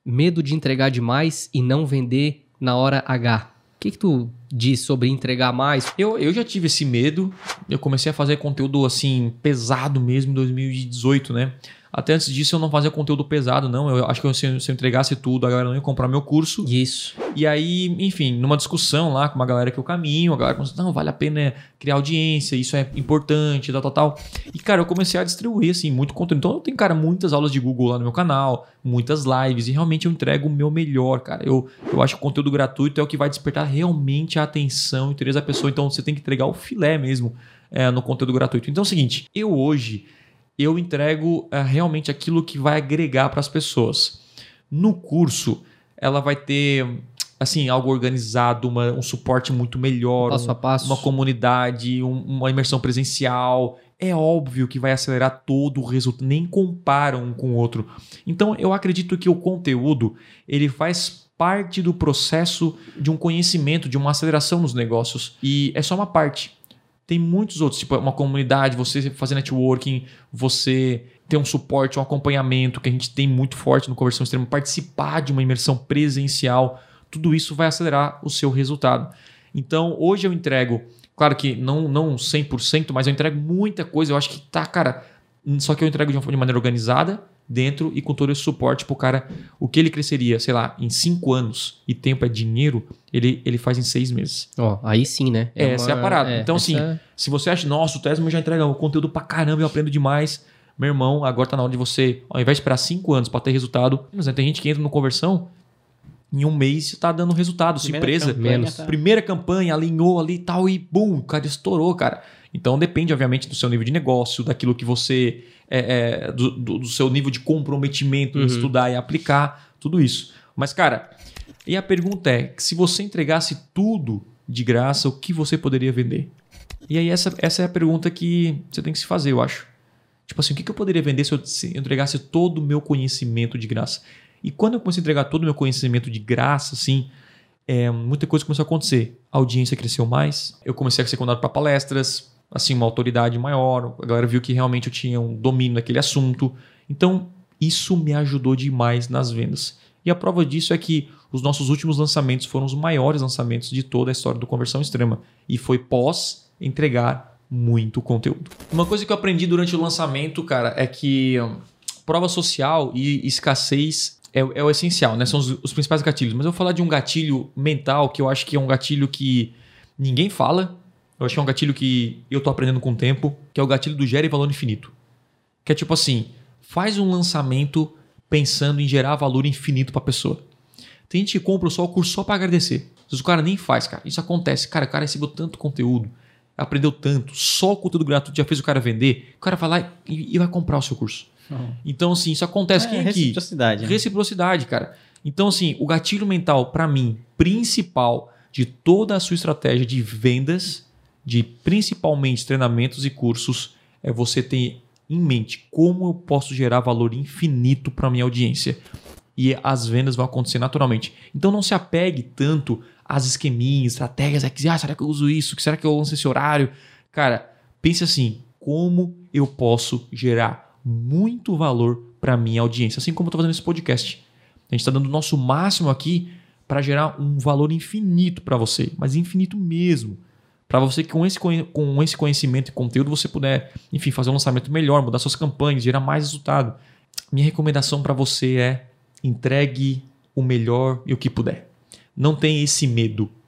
Medo de entregar demais e não vender na hora H. O que tu diz sobre entregar mais? Eu já tive esse medo. Eu comecei a fazer conteúdo assim pesado mesmo em 2018, né? Até antes disso eu não fazia conteúdo pesado, não. Eu acho que se eu entregasse tudo, a galera não ia comprar meu curso. Isso. E aí, enfim, numa discussão lá com uma galera que eu caminho, a galera começou, não, vale a pena criar audiência, isso é importante, tal. E, cara, eu comecei a distribuir, assim, muito conteúdo. Então, eu tenho, cara, muitas aulas de Google lá no meu canal, muitas lives, e realmente eu entrego o meu melhor, cara. Eu acho que o conteúdo gratuito é o que vai despertar realmente a atenção e o interesse da pessoa. Então, você tem que entregar o filé mesmo no conteúdo gratuito. Então, é o seguinte, eu entrego realmente aquilo que vai agregar para as pessoas. No curso, ela vai ter assim, algo organizado, um suporte muito melhor, passo a passo, uma comunidade, uma imersão presencial. É óbvio que vai acelerar todo o resultado, nem compara um com o outro. Então, eu acredito que o conteúdo ele faz parte do processo de um conhecimento, de uma aceleração nos negócios. E é só uma parte. Tem muitos outros, tipo uma comunidade, você fazer networking, você ter um suporte, um acompanhamento que a gente tem muito forte no Conversão Extrema, participar de uma imersão presencial, tudo isso vai acelerar o seu resultado. Então, hoje eu entrego, claro que não 100%, mas eu entrego muita coisa, eu acho que tá, cara, só que eu entrego de maneira organizada, dentro e com todo esse suporte pro cara, o que ele cresceria, sei lá, em 5 anos e tempo é dinheiro, ele faz em 6 meses. Aí sim, né? Essa é a parada. Então, assim, se você acha, nossa, o Tesma já entrega o conteúdo pra caramba, eu aprendo demais. Meu irmão, agora tá na hora de você, ao invés de esperar 5 anos pra ter resultado, tem gente que entra no Conversão, em um mês tá dando resultado. Sua empresa, primeira campanha, alinhou ali e tal, e bum, o cara estourou, cara. Então depende, obviamente, do seu nível de negócio, daquilo que você... do seu nível de comprometimento em estudar e aplicar, tudo isso. Mas, cara, e a pergunta é, se você entregasse tudo de graça, o que você poderia vender? E aí essa é a pergunta que você tem que se fazer, eu acho. Tipo assim, o que eu poderia vender se eu entregasse todo o meu conhecimento de graça? E quando eu comecei a entregar todo o meu conhecimento de graça, assim, muita coisa começou a acontecer. A audiência cresceu mais, eu comecei a ser convidado para palestras, assim, uma autoridade maior, a galera viu que realmente eu tinha um domínio naquele assunto. Então, isso me ajudou demais nas vendas. E a prova disso é que os nossos últimos lançamentos foram os maiores lançamentos de toda a história do Conversão Extrema. E foi pós entregar muito conteúdo. Uma coisa que eu aprendi durante o lançamento, cara, é que prova social e escassez é o essencial, né? São os principais gatilhos. Mas eu vou falar de um gatilho mental que eu acho que é um gatilho que ninguém fala. Eu acho que é um gatilho que eu tô aprendendo com o tempo, que é o gatilho do gere valor infinito. Que é tipo assim, faz um lançamento pensando em gerar valor infinito para a pessoa. Tem gente que compra só o curso só para agradecer. Às vezes o cara nem faz, cara. Isso acontece. Cara, o cara recebeu tanto conteúdo, aprendeu tanto, só o conteúdo gratuito já fez o cara vender, o cara vai lá e vai comprar o seu curso. Então, assim, isso acontece. Quem aqui? Reciprocidade. Né? Reciprocidade, cara. Então, assim, o gatilho mental, para mim, principal de toda a sua estratégia de vendas, de principalmente treinamentos e cursos, é você ter em mente como eu posso gerar valor infinito para minha audiência. E as vendas vão acontecer naturalmente. Então não se apegue tanto às esqueminhas, estratégias, será que eu uso isso? Será que eu lanço esse horário? Cara, pense assim, como eu posso gerar muito valor para minha audiência? Assim como eu estou fazendo esse podcast. A gente está dando o nosso máximo aqui para gerar um valor infinito para você, mas infinito mesmo. Para você que com esse conhecimento e conteúdo você puder, enfim, fazer um lançamento melhor, mudar suas campanhas, gerar mais resultado. Minha recomendação para você é entregue o melhor e o que puder. Não tenha esse medo.